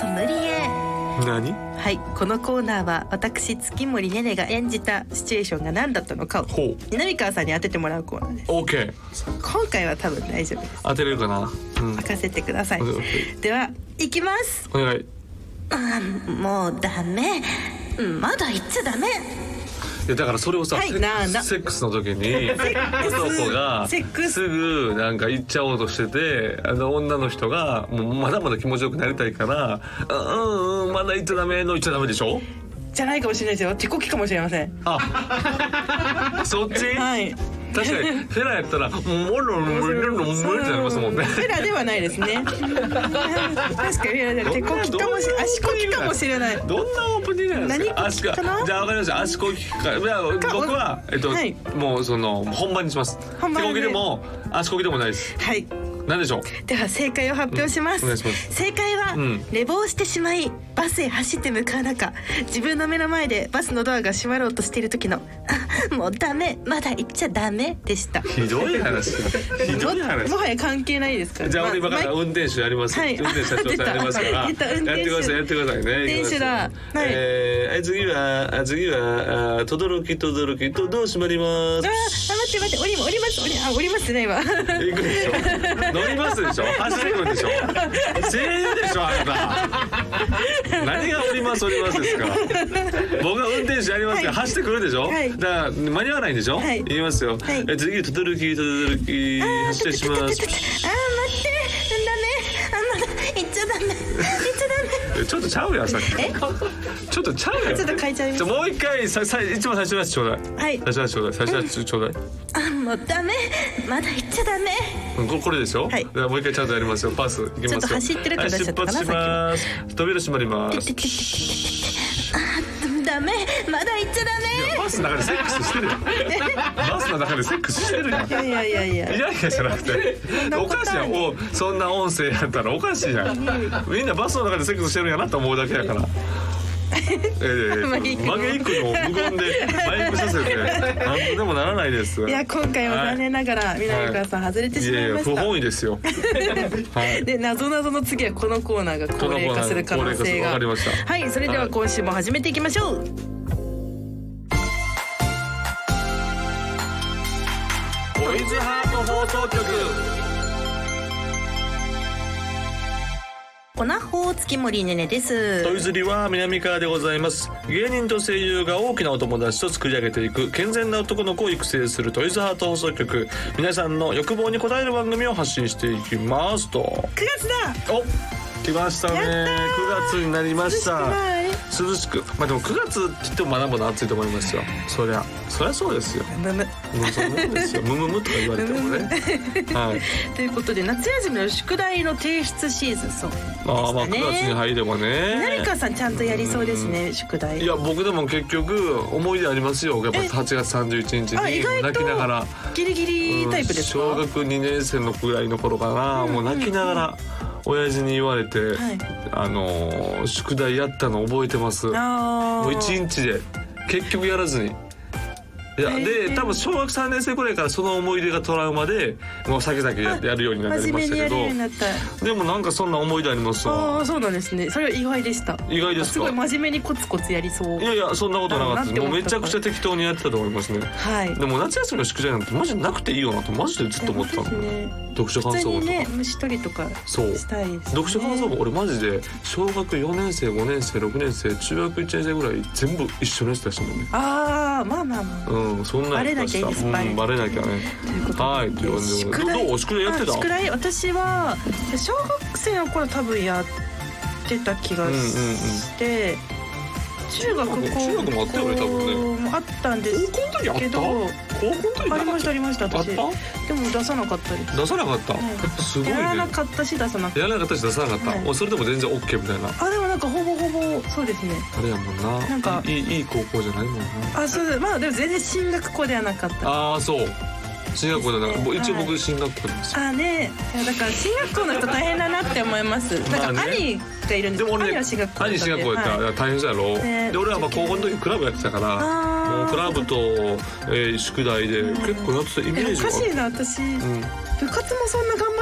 ソムリエ。 何？ はい、このコーナーは私月森ねねが演じたシチュエーションが何だったのかを南川さんに当ててもらうコーナーです。 OK。 今回は多分大丈夫です。 当てれるかな、 任せてください。では行きます。 お願い。 もうダメ、まだ言っちゃダメ。 いやだからそれをさ、 はい、 セックスの時に男がすぐなんか言っちゃおうとしてて、女の人がもうまだまだ気持ちよくなりたいからまだ言っちゃダメの言っちゃダメでしょ。 じゃないかもしれないですよ。手こきかもしれません。 そっち？はい。確かにフェラやったらもうってなりますもんね。 フェラではないですね。確かにフェラで手こきかもしれない、足こきかもしれない。 どんなオープニングなんですか？ 何かな？ じゃあ分かりました。足こきか。いや僕はもうその本番にします。手こきでも足こきでもないです。はい。何でしょう。 では正解を発表します。 お願いします。 正解は、寝坊してしまいバスへ走って向かう中、自分の目の前でバスのドアが閉まろうとしている時のもうダメ、まだ行っちゃダメでした。 ひどい話。ひどい話。 もはや関係ないですから。 じゃあ俺今から運転手やります。運転手社長さんやりますからやってくださいね。 運転手だ。 次はとどろきとどう閉まります。 待って降りますね今。 行くでしょ。乗りますでしょ。走ってくるでしょ。声優でしょあなた。何が降りますですか。僕が運転手やりますから走ってくるでしょ。だから間に合わないんでしょ。言いますよ。次とどろき走ってします。待って、ダメ、まだ行っちゃダメ。ちょっとちゃうやんさっき。ちょっとちゃうやん。 ちょっと変えちゃいます。 もう一回一番最初のやつちょうだい。はい。最初のやつちょうだい。 もうダメ、まだ行っちゃダメ。 これですよ。はい。ではもう一回ちゃんとやりますよ。パスいきますよ。 ちょっと走ってるから出しちゃったかな。 出発します。扉閉まります。 ダメ、まだ行っちゃダメ。 バスの中でセックスしてるやん。バスの中でセックスしてるやん。いやいやじゃなくておかしいやん。そんな音声やったらおかしいやん。みんなバスの中でセックスしてるんやなと思うだけやから。曲げ一句の無言でマイクさせて何とでもならないです。 いや今回は残念ながら南川さん外れてしまいました。 不本意ですよ。 で謎の次はこのコーナーが高齢化する可能性が。はい、それでは今週も始めていきましょう。 トイズハート放送局。 コナホー月森ねねです。 トイズリは南川でございます。芸人と声優が大きなお友達と作り上げていく健全な男の子を育成するトイズハート放送局。皆さんの欲望に応える番組を発信していきますと。 9月だ。 お、来ましたね。9月になりました。涼しく。まあでも9月って言ってもまだまだ暑いと思いますよ。そりゃそうですよ。そうですよ。ムムムとか言われてもね。はい。 ということで夏休みの宿題の提出シーズンそう。 まあ9月に入ればね。 南川さんちゃんとやりそうですね宿題。 いや僕でも結局思い出ありますよ。やっぱ8月31日に泣きながら。 ギリギリタイプですか？ 小学2年生のくらいの頃かな。もう泣きながら。親父に言われて、宿題やったの覚えてます。もう1日で結局やらずに。いやで多分小学3年生くらいからその思い出がトラウマでもう先々やるようになりましたけど、でもなんかそんな思い出ありますわ。 あ、そうなんですね。それは意外でした。 意外ですか？ すごい真面目にコツコツやりそう。 いやそんなことなかったです。もうめちゃくちゃ適当にやってたと思いますね。はい。でも夏休みの宿題なんてマジでなくていいよなとマジでずっと思ってたの。読書感想文とか。普通にね虫取りとかしたいですね。読書感想文俺マジで小学4年生5年生6年生中学1年生ぐらい全部一緒のやつ出したもんね。 ああまあそんなバレなきゃいいです。 バレなきゃね。はい。ということでどう宿題やってた？ 宿題私は小学生の頃多分やってた気がして、中学高校もあったよね多分ね。 あったんですけど、 高校の時ありました私。でも出さなかったです。 出さなかった。すごいね。 やらなかったし出さなかった。 やらなかったし出さなかった。それでも全然 OK みたいな。 でもなんかほぼそうですね。 あれやもんな。なんかいい高校じゃないもんな。 そうです。まあでも全然進学校ではなかった。 そう。進学校だな。一応僕進学校なんですよ。 ね。だから進学校の人大変だなって思います。なんか兄がいるんです。でも俺ね、兄進学校やったら大変じゃろ。で俺はまあ高校の時クラブやってたから、もうクラブと宿題で結構やってたイメージが。 おかしいな私。部活もそんな頑張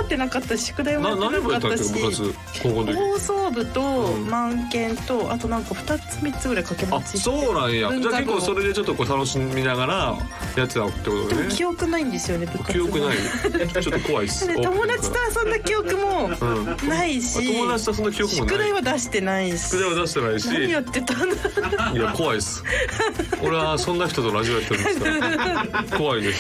張ってなかったし宿題もやってなかったし、放送部と満研とあとなんか2つ3つぐらい掛け持ちして。 そうなんや。じゃあ結構それでちょっとこう楽しみながらやってたってことね。 でも記憶ないんですよね、部活。 記憶ないちょっと怖いっす。 友達と遊んだ記憶もないし、 友達と遊んだ記憶もない。 宿題は出してないし、 宿題は出してないし、 何やってたんだ。 いや怖いっす。俺はそんな人とラジオやってるんですから怖いです。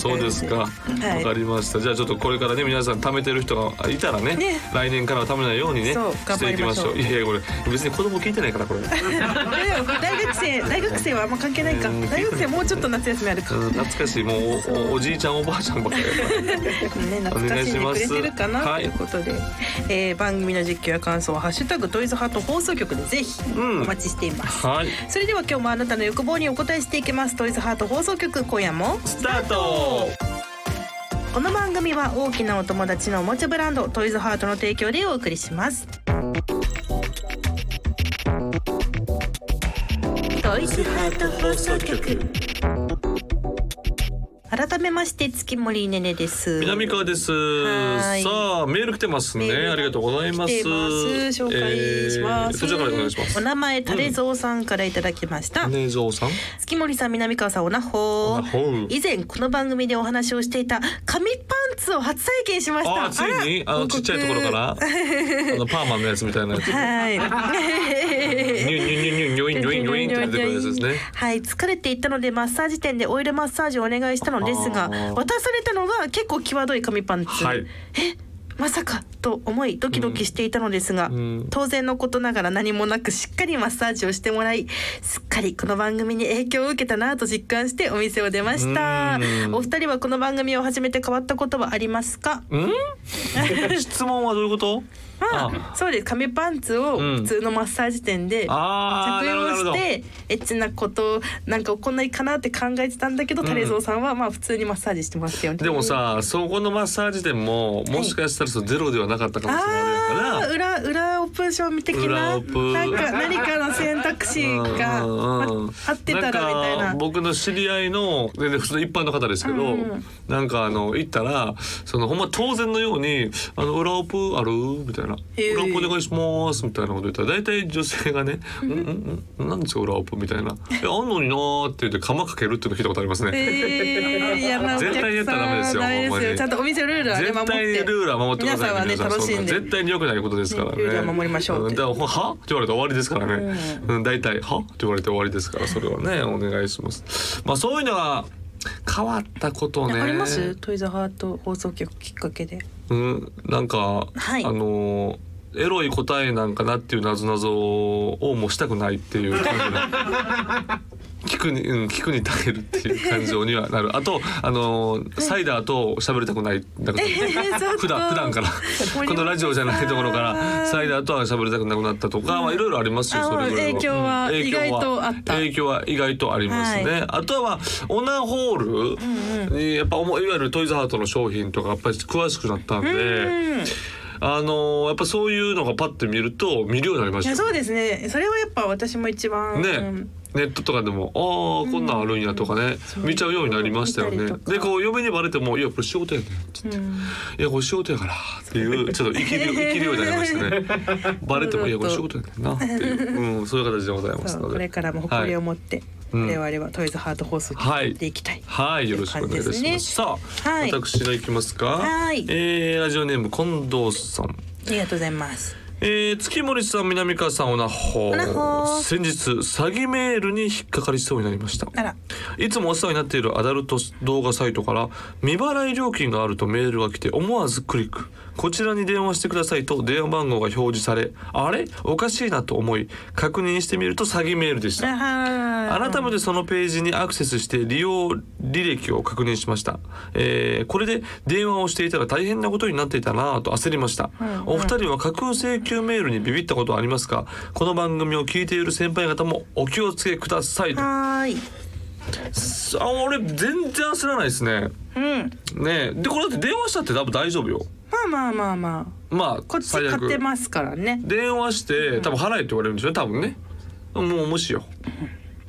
そうですか、わかりました。じゃあちょっとこれからね皆さん貯めてる人がいたらね、来年からは貯めないようにねしていきましょう。いやこれ別に子供聞いてないからこれ。 大学生はあんま関係ないか。大学生もうちょっと夏休みあるか。 懐かしい。もうおじいちゃんおばあちゃんばっかり懐かしんでくれてるかなということで、番組の実況や感想はハッシュタグトイズハート放送局でぜひお待ちしています。それでは今日もあなたの欲望にお答えしていきます。トイズハート放送局、今夜もスタート。 この番組は大きなお友達のおもちゃブランドトイズハートの提供でお送りします。トイズハート放送局。改めまして月森ねねです。 南川です。さあメール来てますね。ありがとうございます。 紹介します。 そちらからお願いします。 お名前タレゾウさんからいただきました。 タレゾウさん。 月森さん、南川さん、おなほ。以前この番組でお話をしていた紙パンツを初体験しました。 ついにちっちゃいところからパーマンのやつみたいなやつ。はい。ニュニュニュニュニュインニュインって出てくるやつですね。 はい。疲れていったのでマッサージ店でオイルマッサージをお願いしたのですが、渡されたのが結構際どい紙パンツ。まさかと思いドキドキしていたのですが、当然のことながら何もなくしっかりマッサージをしてもらい、すっかりこの番組に影響を受けたなと実感してお店を出ました。お二人はこの番組を始めて変わったことはありますか？ 質問はどういうこと？ そうです。紙パンツを普通のマッサージ店で着用してエッチなことなんか行いかなって考えてたんだけど、タレゾウさんはまあ普通にマッサージしてますよね。 でもさ、そこのマッサージ店ももしかしたらゼロではなかったかもしれないから、 裏オープンション的な、なんか何かの選択肢が合ってたらみたいな。 僕の知り合いの全然普通の一般の方ですけど、なんか行ったらそのほんま当然のように裏オープンあるみたいな。裏オープンお願いしますみたいなこと言ったら大体女性がねなんですか裏オープンみたいな、あんのになーって言って釜かけるっていうの聞いたことありますね。絶対にやったらダメですよ。 ちゃんとお店ルールは守って、 絶対にルールは守ってください。 皆さんはね楽しんで、 絶対に良くないことですからね。 ルールは守りましょう。 だからはって言われたら終わりですからね。大体はって言われて終わりですから、それはねお願いします。まあそういうのは変わったことね。 あります？トイズハート放送局きっかけで。 なんか、エロい答えなんかなっていう謎をもうしたくないっていう感じの聞くに耐えるっていう感情にはなる。あとサイダーと喋りたくない。だから普段からこのラジオじゃないところからサイダーとは喋りたくなくなったとか、いろいろありますよ。それぐらい影響は意外とあった。 影響は意外とありますね。あとはオナホールにやっぱいわゆるトイズハートの商品とかやっぱり詳しくなったんで。やっぱそういうのがパッと見ると見るようになりました。 いやそうですね。それはやっぱ私も一番ネットとかでもこんなんあるんやとかね、見ちゃうようになりましたよね。でこう嫁にバレてもいやこれ仕事やねんって言って、いやこれ仕事やからっていうちょっと生きるようになりましたね。バレてもいやこれ仕事やねんなっていう、そういう形でございますので、 これからも誇りを持って、我々はトイズハート放送局やっていきたい。 はい、よろしくお願いいたします。さあ、私が行きますか。ラジオネーム近藤さん。 ありがとうございます。 月森さん、南川さん、おなほ。先日詐欺メールに引っかかりそうになりました。いつもお世話になっているアダルト動画サイトから未払い料金があるとメールが来て、思わずクリック。こちらに電話してくださいと電話番号が表示され、あれおかしいなと思い確認してみると詐欺メールでした。改めてそのページにアクセスして利用履歴を確認しました。これで電話をしていたら大変なことになっていたなと焦りました。お二人は架空請求メールにビビったことはありますか？この番組を聞いている先輩方もお気をつけくださいと。俺全然焦らないですね。ねでこれだって電話したって多分大丈夫よ。まあこっち買ってますからね。 電話して多分払えって言われるんでしょ多分ね。もう無視よ。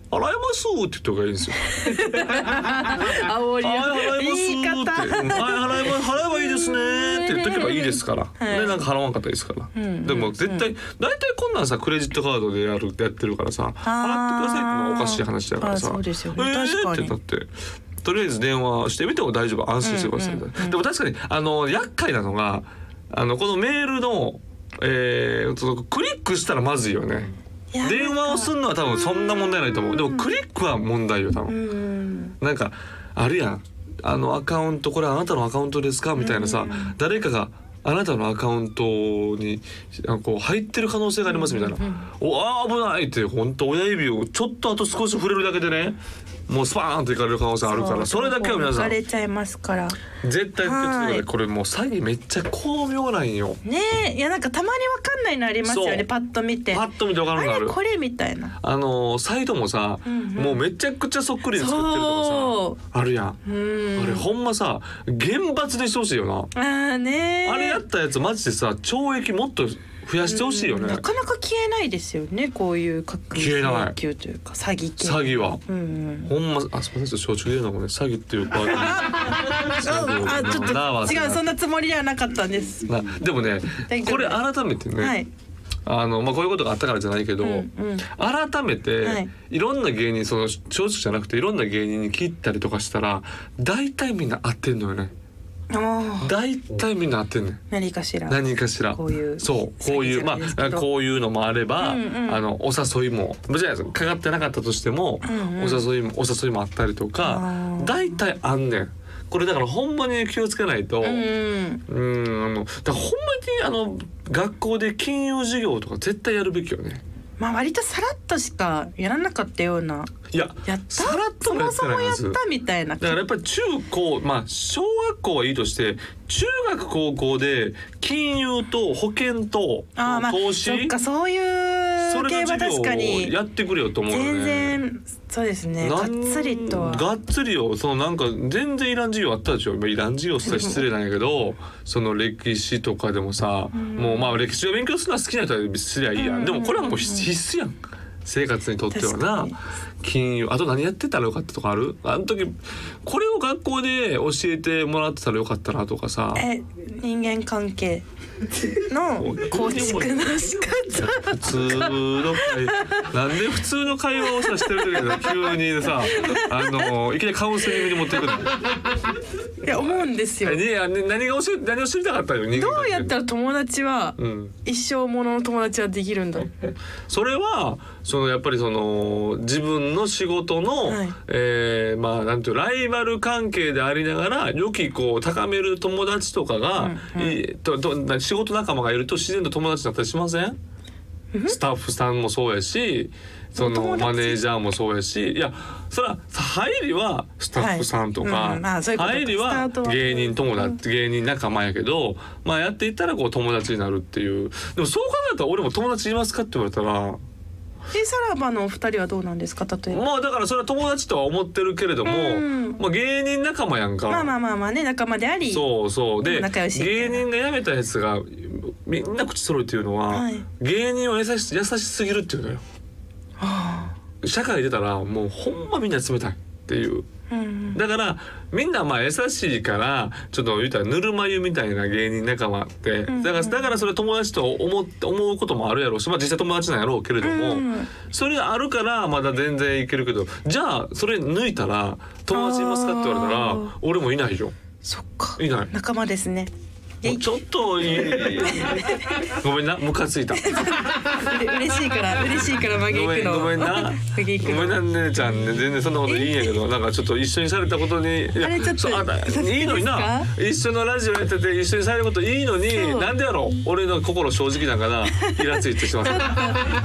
払いますって言った方がいいんですよ。 煽り言い方払えばいいですねって言っとけばいいですから、でなんか払わんかったらいいですから、でも絶対大体こんなんさクレジットカードでやってるからさ、払ってくださいってのはおかしい話だからさ、 そうですよね、確かにってなってとりあえず電話してみても大丈夫、安心してください、でも確かに厄介なのがこのメールの、クリックしたらまずいよね。電話をするのは多分そんな問題ないと思う。でもクリックは問題よ多分。なんかあるやん、アカウントこれあなたのアカウントですかみたいなさ、誰かがあなたのアカウントにこう入ってる可能性がありますみたいな、危ないって本当親指をちょっとあと少し触れるだけでね、もうスパーンといかれる可能性あるから、それだけは皆さん枯れちゃいますから絶対気をつけてください。これもう詐欺めっちゃ巧妙なんよね。いやなんかたまにわかんないのありますよね。パッと見て分かるのある。 これみたいなサイトもさ、もうめちゃくちゃそっくりに作ってるとかさあるやん。あれほんまさ厳罰にしてほしいよな。 ね、 あれやったやつマジでさ懲役もっと増やしてほしいよね。 なかなか消えないですよね、こういう消えないというか詐欺系。 詐欺は、ほんますみません、承知で言うのもね、詐欺っていうかちょっと違う、そんなつもりではなかったんです。 でもねこれ改めてね、こういうことがあったからじゃないけど、改めて、いろんな芸人正直じゃなくていろんな芸人に聞いたりとかしたら大体みんな合ってんのよね。大体みんな合ってんねん。 何かしらこういうこういうのもあれば、お誘いもじゃあかかってなかったとしても、お誘いもあったりとか大体あんねん。これだからほんまに気をつけないと、だからほんまに学校で金融授業とか絶対やるべきよね。 割とさらっとしかやらなかったような。やったさらっともやってないはず。 そもそもやったみたいな。 だからやっぱり中高小学校はいいとして中学高校で金融と保険と投資、 そっか、そういう系は確かにやってくれよと思うよね。 全然そうですね。がっつりとはがっつりよ。なんか全然いらん授業あったでしょ。いらん授業したら失礼なんやけどその歴史とかでもさ、もう歴史を勉強するのは好きな人はすりゃいいやん。でもこれはもう必須やん、生活にとってはな。金融あと何やってたらよかったとかある？あの時これを学校で教えてもらってたらよかったなとかさ。 人間関係の構築の仕方。 普通のなんで普通の会話をさしてる時に急にさいきなりカウンセリングに持っていくの。 いや思うんですよ。 何を知りたかったよ。人間関係どうやったら友達は、一生ものの友達はできるんだ。 それはやっぱり自分の仕事の、なんていうライバル関係でありながら良き高める友達とかが、仕事仲間がいると自然と友達になったりしません？スタッフさんもそうやしマネージャーもそうやし、いやそれは入りはスタッフさんとか、入りは芸人友達、芸人仲間やけど、やっていったら友達になるっていう。でもそう考えたら俺も友達いますかって言われたら。 さらばのお二人はどうなんですか？例えばだからそれは友達とは思ってるけれども、芸人仲間やんか。 ね、仲間でありそうで芸人が辞めたやつがみんな口揃えていうのは、芸人は優しすぎるっていうのよ。社会出たらもうほんまみんな冷たいっていう。だからみんな優しいからちょっと言ったらぬるま湯みたいな芸人仲間って、だからそれ友達と思うこともあるやろうし、実際友達なんやろうけれども、それがあるからまだ全然いけるけど、じゃあそれ抜いたら友達いますかって言われたら俺もいないよ。 そっか、 いない。 仲間ですね。 ちょっとごめんな、ムカついた。 嬉しいから曲げ行くの。 ごめんな姉ちゃんね、全然そんなこといいんやけど、なんかちょっと一緒にされたことにいいのにな、一緒のラジオやってて一緒にされることいいのに、なんでやろ俺の心正直なんかな、イラついてしまった。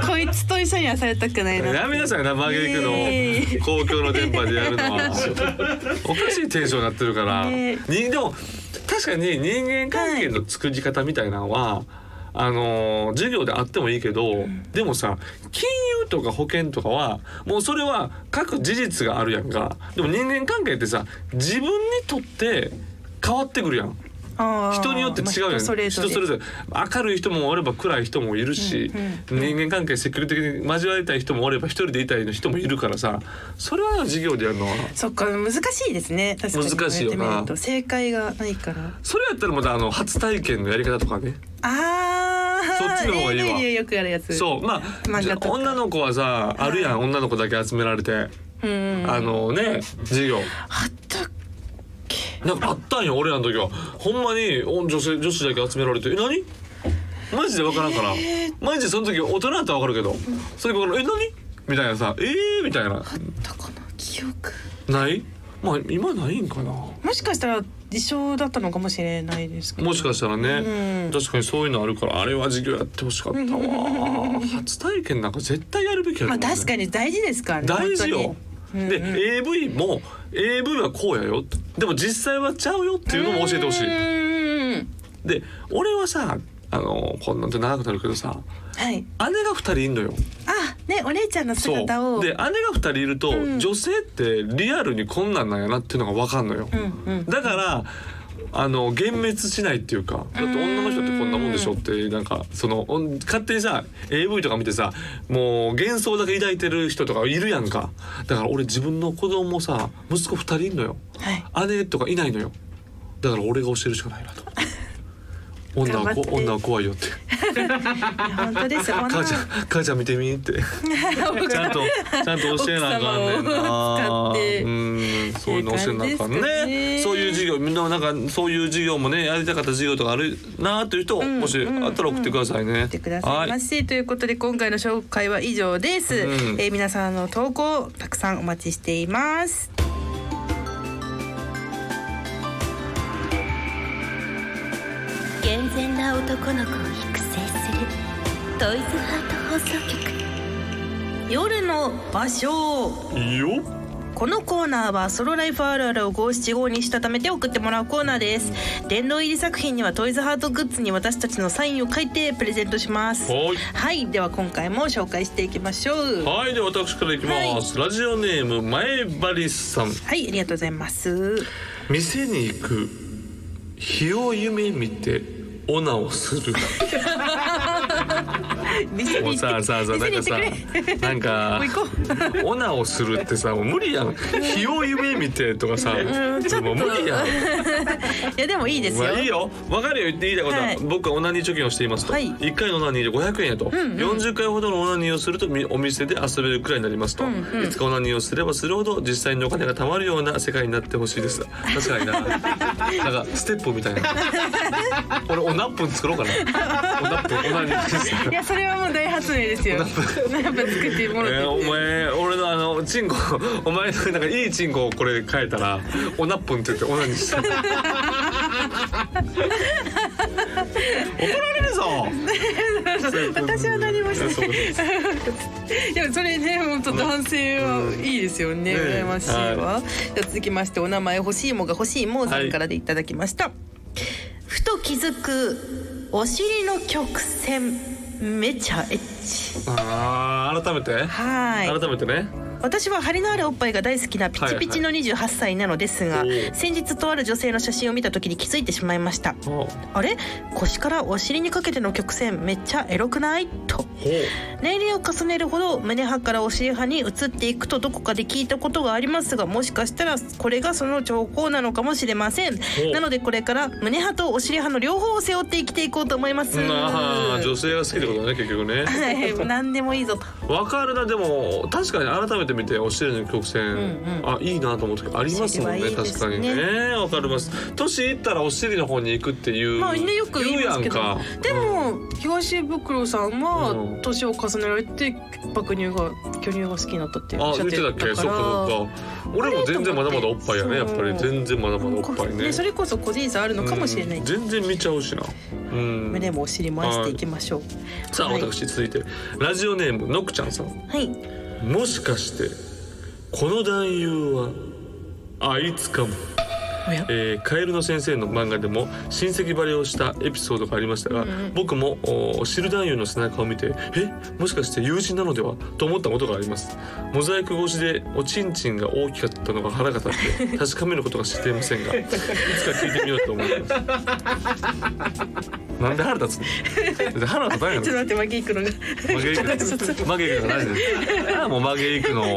こいつと一緒にはされたくないな。 やめなさいな、曲げ行くの公共の電波でやるのはおかしいテンションになってるから。でも確かに人間関係の作り方みたいなのは、授業であってもいいけど、でもさ金融とか保険とかはもうそれは各事実があるやんか。でも人間関係ってさ自分にとって変わってくるやん。 人によって違うよね、人それぞれ明るい人もおれば暗い人もいるし、人間関係積極的に交わりたい人もおれば一人でいたい人もいるからさ、それは授業でやるのはそっか難しいですね。確かに難しいよな。 正解がないから。 それやったらまた初体験のやり方とかね、そっちの方がいいわ。 よくやるやつ。 そうまあ女の子はさあるやん、女の子だけ集められて授業あったっけ。 なんかあったんよ俺らの時は。ほんまに女子だけ集められて何マジで分からんから、マジでその時大人だったら分かるけど、それ分からん何みたいなさみたいな。 あったかな、記憶ない。まあ今ないんかな。 もしかしたら一緒だったのかもしれないですけど。 もしかしたらね、確かにそういうのあるから、あれは授業やってほしかったわ。初体験なんか絶対やるべきやと思う、 確かに大事ですからね。 大事よ。で AV も AV はこうやよ、でも実際はちゃうよっていうのも教えてほしい。で俺はさこんなんて長くなるけどさ、姉が2人いんのよ。 お姉ちゃんの姿を。 で姉が2人いると、女性ってリアルにこんなんなんやなっていうのが分かんのよ。だから幻滅しないっていうか、だって女の人ってこんなもんでしょって、なんか勝手にさ AV とか見てさ、もう幻想だけ抱いてる人とかいるやんか。だから俺自分の子供もさ息子2人いんのよ、姉とかいないのよ。だから俺が教えるしかないなと。女は怖いよって本当ですよ。 母ちゃん見てみってちゃんと教えなあかんねんな。そういうの教えなあかんね。そういう授業、みんななんかそういう授業もねやりたかった授業とかあるなという人、もしあったら送ってくださいね。 送ってくださいませ。ということで今回の紹介は以上です。皆さんの投稿たくさんお待ちしています。 健全な男の子を育成するトイズハート放送局。 夜の場所。 いいよ。 このコーナーはソロライフあるあるを五七五にしたためて送ってもらうコーナーです。殿堂入り作品にはトイズハートグッズに私たちのサインを書いてプレゼントします。はい、では今回も紹介していきましょう。 はい、では私からいきます。ラジオネーム前張さん。 はい、ありがとうございます。 店に行く日を夢見てオナをする。もうさなんかさなんかオナをするってさもう無理やん。日を夢見てとかさもう無理やん。 いやでもいいですよ。 いいよ、分かるよ。言っていいことは、僕はオナニー貯金をしていますと、1回のオナニーで500円やと、40回ほどのオナニーをするとお店で遊べるくらいになりますと、いつかオナニーをすればするほど実際にお金が貯まるような世界になってほしいです。確かにな。なんかステップみたいな。俺オナップン作ろうかな。オナップンオナニーです。 いやそれはもう大発明ですよ。やっぱ作ってもらって。 お前俺のチンコ、お前のなんかいいチンコをこれ変えたらオナップンって言ってオナニーしてる。怒られるぞ。 私は何もしてない。いやそれね本当男性はいいですよね。羨ましいわ。じゃ続きましてお名前欲しいもが欲しいもさんからでいただきました。ふと気づくお尻の曲線めちゃエッチ。 改めて改めてね。 私は張りのあるおっぱいが大好きなピチピチの28歳なのですが、先日とある女性の写真を見た時に気づいてしまいました。あれ、腰からお尻にかけての曲線めっちゃエロくないと。年齢を重ねるほど胸派からお尻派に移っていくとどこかで聞いたことがありますが、もしかしたらこれがその兆候なのかもしれません。なのでこれから胸派とお尻派の両方を背負って生きていこうと思います。 女性が好きってことね結局ね。 何でもいいぞと。 わかるな。でも確かに改めて見てお尻の曲線、いいなと思う時ありますもんね。確かにね、わかります。年いったらお尻の方に行くっていう、 よく言いますけど、でも東袋さんは年を重ねられて巨乳が好きになったっておっしゃってたから。言ってたっけ。そうか俺も全然まだまだおっぱいやね。やっぱり全然まだまだおっぱいね。それこそ個人差あるのかもしれない。 全然見ちゃうしな。 胸もお尻も愛していきましょう。 さあ私続いてラジオネームのくちゃんさん。もしかしてこの男優はあいつかも。 カエルの先生の漫画でも親戚バレをしたエピソードがありましたが、僕もシル男優の背中を見てもしかして友人なのではと思ったことがあります。モザイク越しでおちんちんが大きかったのが腹が立って確かめることが知っていませんがいつか聞いてみようと思います。なんで腹立つの？腹立たんやろ。 ちょっと待って、マゲイクのがマゲイクの何ですもうマゲイクの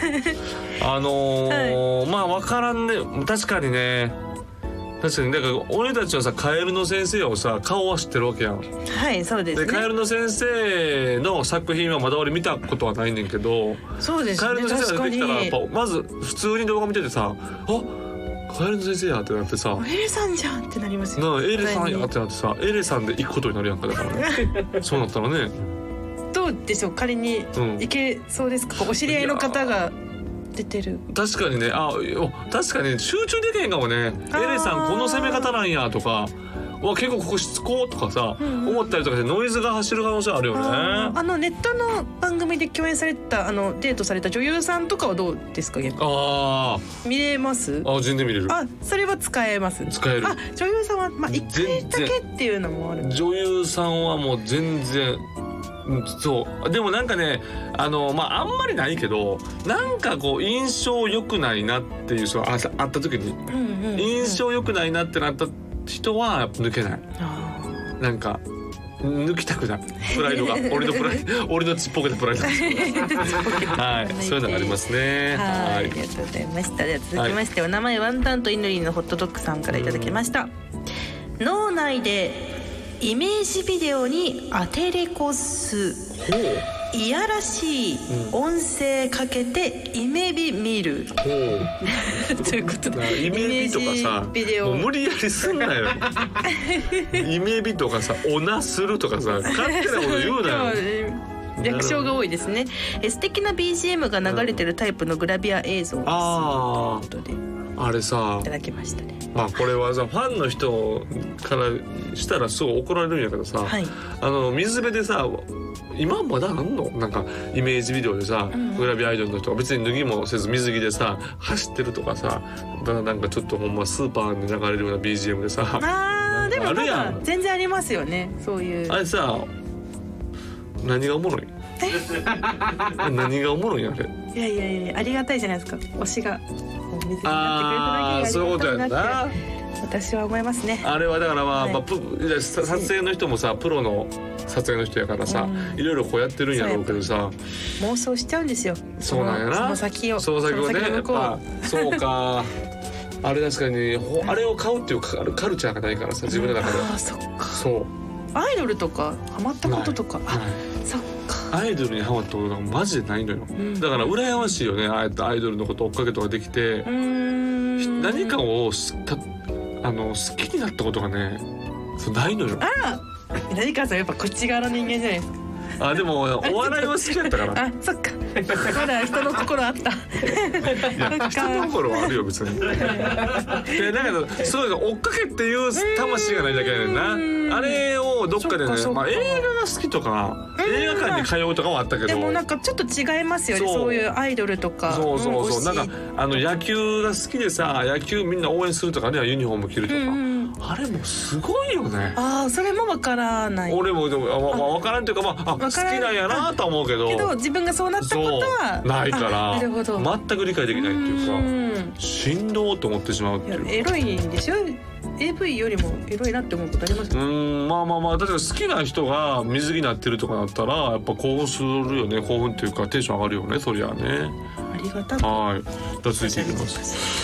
まあ分からんね。確かにね、確かにだから俺たちはさカエルの先生をさ顔は知ってるわけやん。 はい、そうですね。 でカエルの先生の作品はまだ俺見たことはないねんけど、 そうですね、 カエルの先生が出てきたらやっぱまず普通に動画見ててさ、カエルの先生やってなってさ、 エレさんじゃんってなりますよ。 エレさんやってなってさ、エレさんで行くことになるやんか。だからねそうなったらね、 どうでしょう、仮に行けそうですか？お知り合いの方が出てる。 確かにね、確かに集中できへんかもね。エレさんこの攻め方なんやとか、結構ここしつこうとかさ、思ったりとかしてノイズが走る可能性あるよね。 ネットの番組で共演されたデートされた女優さんとかはどうですか？逆に見れます？ 全然見れる。 それは使えます。 使える。 女優さんは1回だけっていうのもある。 女優さんはもう全然そうでもなんかねあんまりないけど、なんかこう印象良くないなっていう人があった時に、印象良くないなってなった人はやっぱ抜けない。なんか抜きたくない、プライドが俺のちっぽけなプライドはい、そういうのがありますね。 ありがとうございました。では続きまして、お名前ワンタンとイヌリのホットドッグさんからいただきました。脳内でイメージビデオに当てれこす、いやらしい音声かけてイメビ見るということで、 イメビとかさもう無理やりすんなよイメビとかさおなするとかさ勝手なこと言うなよ略称が多いですね。素敵な BGM が流れてるタイプのグラビア映像です。ということであれさいただきましたね。 これはさファンの人からしたらすごい怒られるんやけどさ、水辺でさ今まだあんの？なんかイメージビデオでさ、グラビアアイドルの人が別に脱ぎもせず水着でさ走ってるとかさ、なんかちょっとほんまスーパーに流れるような BGM でさ、 でもあるやん。 全然ありますよね、そういう。 あれさ何がおもろい？何がおもろいんあれ？ いやありがたいじゃないですか。推しがお水になってくれただけがありがたいなって私は思いますね。あれはだから撮影の人もさプロの撮影の人やからさ、いろいろこうやってるんやろうけどさ、 妄想しちゃうんですよ。 そうなんやな。 その先をね、やっぱそうかあれ確かにあれを買うっていうカルチャーがないからさ、自分の中で。 そっか。 そうアイドルとかハマったこととか、そっか。 アイドルにハマったことがマジでないのよ。だから羨ましいよね。ああやってアイドルのことを追っかけとかできて、何かを好きになったことがねないのよ。 何かさんやっぱこっち側の人間じゃないですか。 でもお笑いは好きだったからそっかまだ人の心あったいや人の心はあるよ別にだけどすごい追っかけっていう魂がないだけやねんな。あれをどっかでね、映画が好きとか映画館に通うとかはあったけど、 でもなんかちょっと違いますよね。そういうアイドルとか。 そうなんか野球が好きでさ、野球みんな応援するとかね、ユニフォーム着るとか、あれもすごいよね。 それもわからない。 俺もでもわからんというか好きなんやなと思うけど自分がそうなったことはないから全く理解できないっていうか、しんどーと思ってしまうっていう。 エロいんでしょ？ AV よりもエロいなって思うことありますか？ だから好きな人が水着になってるとかだったらやっぱ興奮するよね。興奮っていうかテンション上がるよね、そりゃね。 ありがたく。 続いていきます。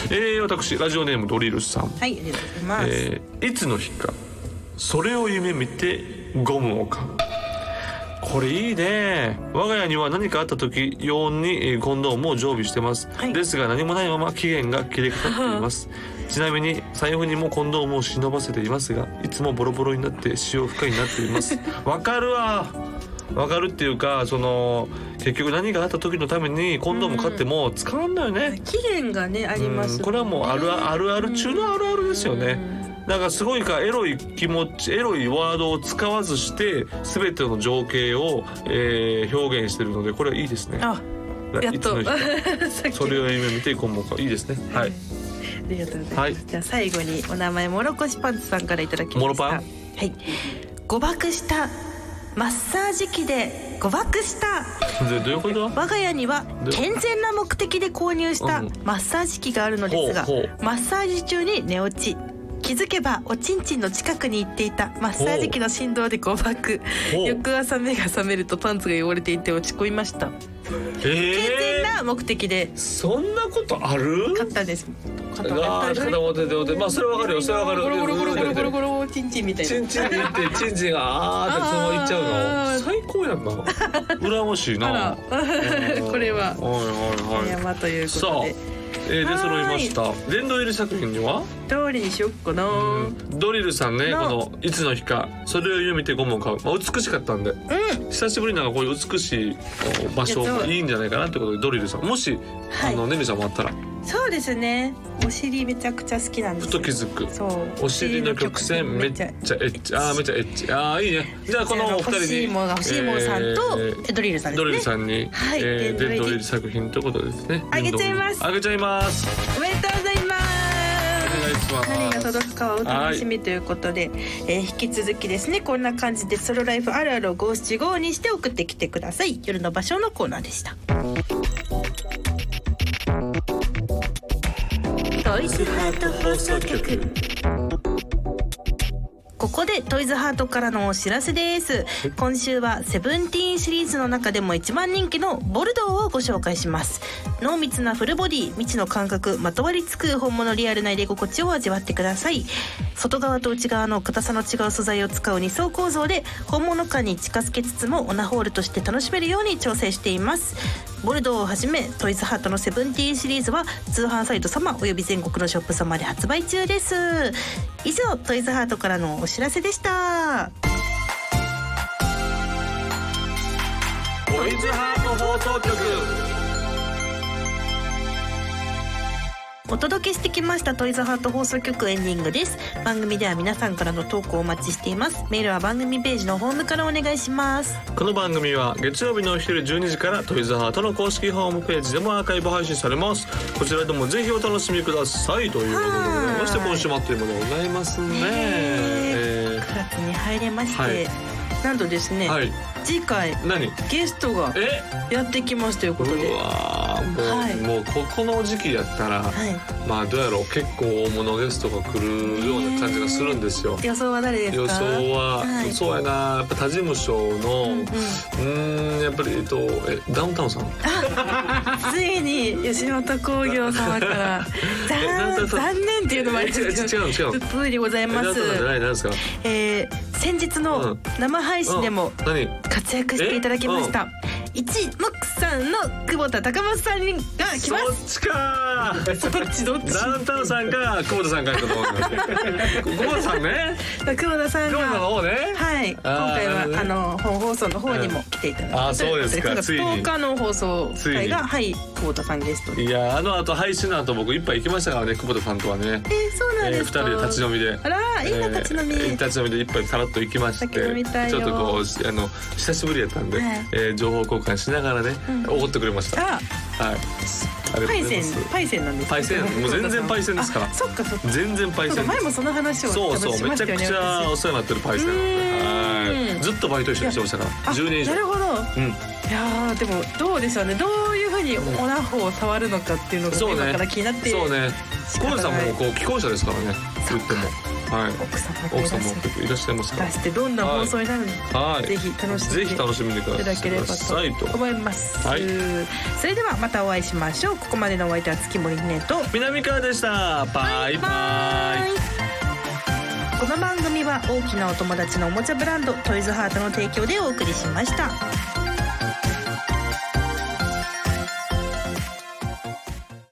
私ラジオネームドリルさん。 ありがとうございます。 いつの日かそれを夢見てゴムを買う。これいいね。我が家には何かあった時用にコンドームを常備してます、ですが何もないまま期限が切れかかっていますちなみに財布にもコンドームを忍ばせていますが、いつもボロボロになって使用不可になっていますわかるっていうか、結局何があった時のためにコンドーム買っても使わんのよね。 期限がねあります、 これはもうあるある中のあるあるですよね。だからすごいエロい気持ち、エロいワードを使わずして全ての情景を、表現しているので、これはいいですね。 やっとそれを夢見て今後いいですね。 りがとうございます。はい、じゃあ最後にお名前もろこしパンツさんからいただきました。 もろパン。 はい。誤爆したマッサージ機で誤爆した。 どういうこと？ 我が家には健全な目的で購入したマッサージ機があるのですが、マッサージ中に寝落ち。気づけばおちんちんの近くに行っていたマッサージ機の振動で誤爆。翌朝目が覚めるとパンツが汚れていて落ち込みました。健全な目的でそんなことある？ 買ったんです。 まあそれわかるよ。それわかる。 ゴロゴロゴロゴロゴロゴロチンチンみたいな。 チンチンに行ってチンチンがってそのまま行っちゃうの。最高やんな。羨ましいな。 これは山ということで。 出揃いました。殿堂入り作品にはどれにしよっかな。 ドリルさんね、このいつの日かそれを読みてゴムを買う、美しかったんで、久しぶりにこういう美しい場所いいんじゃないかなってことで、ドリルさんもしねみさんもあったら。 そうですね、お尻めちゃくちゃ好きなんです。 ふと気づく。 そう、 お尻の曲線めっちゃエッチ。めっちゃエッチ。いいね。じゃあこのお二人に欲しいもさんとドリルさんですね。 ドリルさんに殿堂入り作品ということですね。 あげちゃいます。 あげちゃいます。 おめでとうございます。 お願いします。 何が届くかはお楽しみということで、引き続きですね、こんな感じでソロライフあるあるを五七五にして送ってきてください。夜の場所のコーナーでした。トイズハート放送局。ここでトイズハートからのお知らせです。今週はセブンティーンシリーズの中でも一番人気のボルドーをご紹介します。濃密なフルボディ、未知の感覚、まとわりつく本物リアルな入れ心地を味わってください。外側と内側の硬さの違う素材を使う2層構造で本物感に近づけつつもオナホールとして楽しめるように調整しています。ボルドーをはじめトイズハートのセブンティーンシリーズは通販サイト様および全国のショップ様で発売中です。以上、トイズハートからのお知らせでした。 トイズハート放送局。 お届けしてきましたトイズハート放送局エンディングです。番組では皆さんからのトークをお待ちしています。メールは番組ページのホームからお願いします。 この番組は月曜日のお昼12時からトイズハートの公式ホームページでもアーカイブ配信されます。こちらでもぜひお楽しみくださいということでございまして、今週もあっという間でございますね。 9月に入れまして、なんとですね、次回ゲストがやってきますということで、 うわもうここの時期やったら、まあどうやろう、結構大物ゲストが来るような感じがするんですよ。 予想は誰ですか？ 予想は、そうやな、やっぱ他事務所の、やっぱりダウンタウンさん。 ついに吉本興業様から残念っていうのもありますけど、 違うプーでございます。 何ですか？ 先日の生配信でも活躍していただきました一目散の久保田高松さんが来ます。 そっちかー。どっちダウンタウンさんか久保田さんかと思うんだ久保田さんね。 久保田さんがの方ね。 はい、今回は本放送の方にも来ていただいて、 あ、そうですか。ついに 10日の放送回が久保田さんゲストで。 いや、後配信の後僕一杯行きましたからね、久保田さんとはね。 そうなんですか。 2人で立ち飲みで。 あら、いいな、立ち飲み。 立ち飲みで一杯さらっと行きまして、ちょっとこう久しぶりやったんで、情報交換しながらね、おごってくれました。はい。 パイセンなんですか。 パイセン、もう全然パイセンですから。 そっかそっか。 全然パイセン。 前もその話をそうめちゃくちゃお世話になってるパイセン。はい。ずっとバイト一緒にしてましたから10年以上。 なるほど。いやでもどうでしょうね。どういう風にオナホを触るのかっていうのが今から気になって。そうね。 小森さんも既婚者ですからね。言っても。はい、奥さんもいらっしゃいますから。 出してどんな放送になるのか、ぜひ楽しみにいただければと思います。それではまたお会いしましょう。ここまでのお相手は月森ねと南川でした。バイバイ。 この番組は大きなお友達のおもちゃブランドトイズハートの提供でお送りしました。